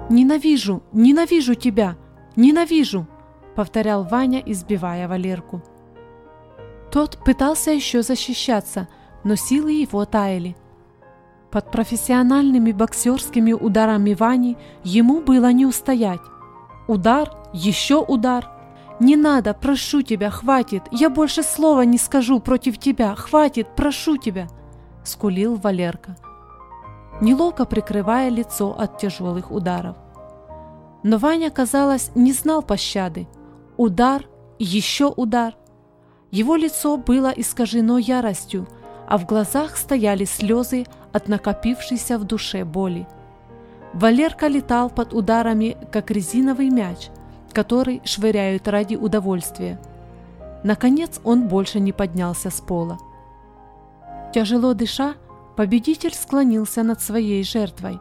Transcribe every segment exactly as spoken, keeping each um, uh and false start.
«Ненавижу, ненавижу тебя, ненавижу!» — повторял Ваня, избивая Валерку. Тот пытался еще защищаться, но силы его таяли. Под профессиональными боксерскими ударами Вани ему было не устоять. Удар, еще удар. «Не надо, прошу тебя, хватит, я больше слова не скажу против тебя, хватит, прошу тебя!» — скулил Валерка, неловко прикрывая лицо от тяжелых ударов. Но Ваня, казалось, не знал пощады. Удар, еще удар. Его лицо было искажено яростью, а в глазах стояли слезы от накопившейся в душе боли. Валерка летал под ударами, как резиновый мяч, который швыряют ради удовольствия. Наконец он больше не поднялся с пола. Тяжело дыша, победитель склонился над своей жертвой.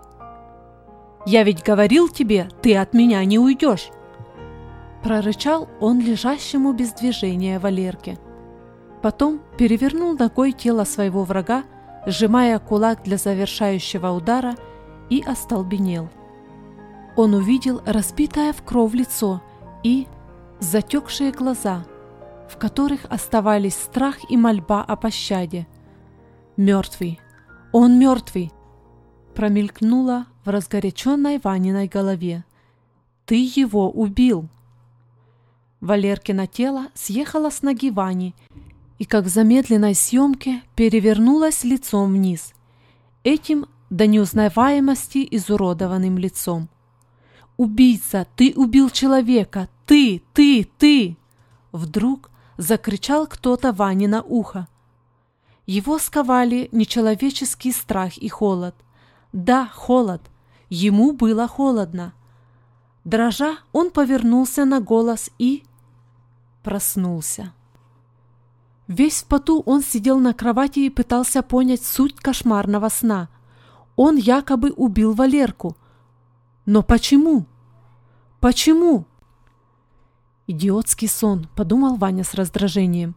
«Я ведь говорил тебе, ты от меня не уйдешь!» Прорычал он лежащему без движения Валерке. Потом перевернул ногой тело своего врага, сжимая кулак для завершающего удара, и остолбенел. Он увидел разбитое в кровь лицо и затекшие глаза, в которых оставались страх и мольба о пощаде. «Мертвый! Он мертвый!» промелькнуло в разгоряченной Ваниной голове. «Ты его убил!» Валеркино тело съехало с ноги Вани и, как в замедленной съемке, перевернулось лицом вниз, этим до неузнаваемости изуродованным лицом. «Убийца! Ты убил человека! Ты! Ты! Ты!» Вдруг закричал кто-то Ване на ухо. Его сковали нечеловеческий страх и холод. Да, холод. Ему было холодно. Дрожа, он повернулся на голос и проснулся. Весь в поту он сидел на кровати и пытался понять суть кошмарного сна. Он якобы убил Валерку. Но почему? Почему? Идиотский сон, подумал Ваня с раздражением.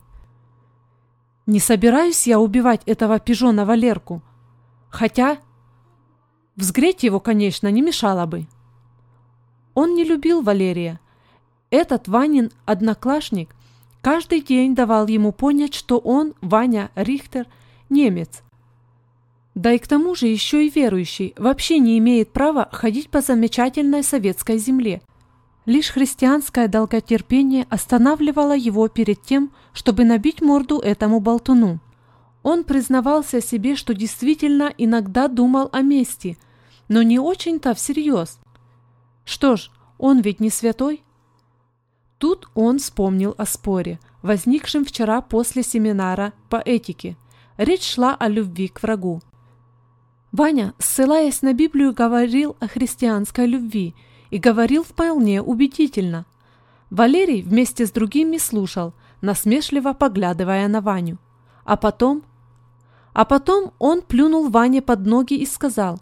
Не собираюсь я убивать этого пижона Валерку. Хотя взгреть его, конечно, не мешало бы. Он не любил Валерия. Этот Ванин одноклассник каждый день давал ему понять, что он, Ваня Рихтер, немец. Да и к тому же еще и верующий, вообще не имеет права ходить по замечательной советской земле. Лишь христианское долготерпение останавливало его перед тем, чтобы набить морду этому болтуну. Он признавался себе, что действительно иногда думал о мести, но не очень-то всерьез. Что ж, он ведь не святой. Тут он вспомнил о споре, возникшем вчера после семинара по этике. Речь шла о любви к врагу. Ваня, ссылаясь на Библию, говорил о христианской любви и говорил вполне убедительно. Валерий вместе с другими слушал, насмешливо поглядывая на Ваню. А потом... А потом он плюнул Ване под ноги и сказал.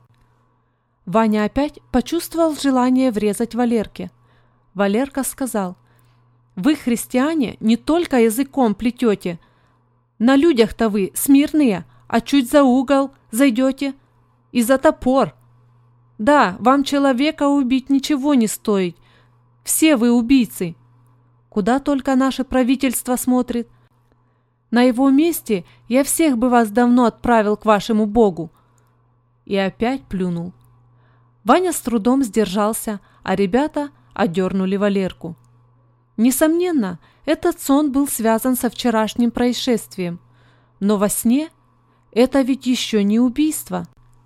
Ваня опять почувствовал желание врезать Валерке. Валерка сказал: «Вы, христиане, не только языком плетете. На людях-то вы смирные, а чуть за угол зайдете и за топор. Да, вам человека убить ничего не стоит. Все вы убийцы. Куда только наше правительство смотрит. На его месте я всех бы вас давно отправил к вашему Богу». И опять плюнул. Ваня с трудом сдержался, а ребята одернули Валерку. Несомненно, этот сон был связан со вчерашним происшествием. Но во сне это ведь еще не убийство.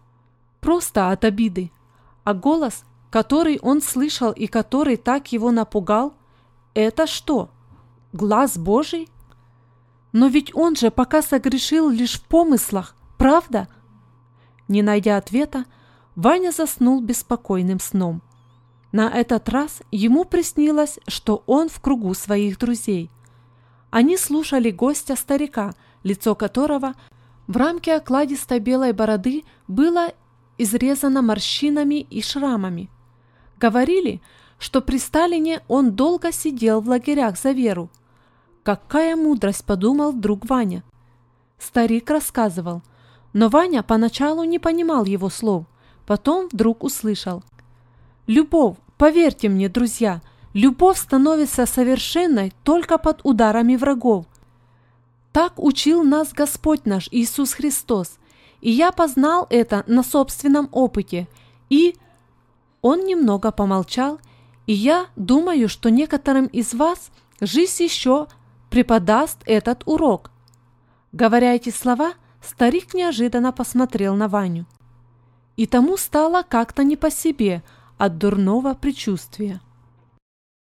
Просто от обиды. А голос, который он слышал и который так его напугал, это что? Глаз Божий? Но ведь он же пока согрешил лишь в помыслах, правда? Не найдя ответа, Ваня заснул беспокойным сном. На этот раз ему приснилось, что он в кругу своих друзей. Они слушали гостя старика, лицо которого в рамке окладистой белой бороды было изрезано морщинами и шрамами. Говорили, что при Сталине он долго сидел в лагерях за веру. Какая мудрость, подумал вдруг Ваня. Старик рассказывал, но Ваня поначалу не понимал его слов, потом вдруг услышал. Любовь, поверьте мне, друзья, любовь становится совершенной только под ударами врагов. Так учил нас Господь наш Иисус Христос, и я познал это на собственном опыте. И он немного помолчал, и я думаю, что некоторым из вас жизнь еще преподаст этот урок. Говоря эти слова, старик неожиданно посмотрел на Ваню. И тому стало как-то не по себе от дурного предчувствия.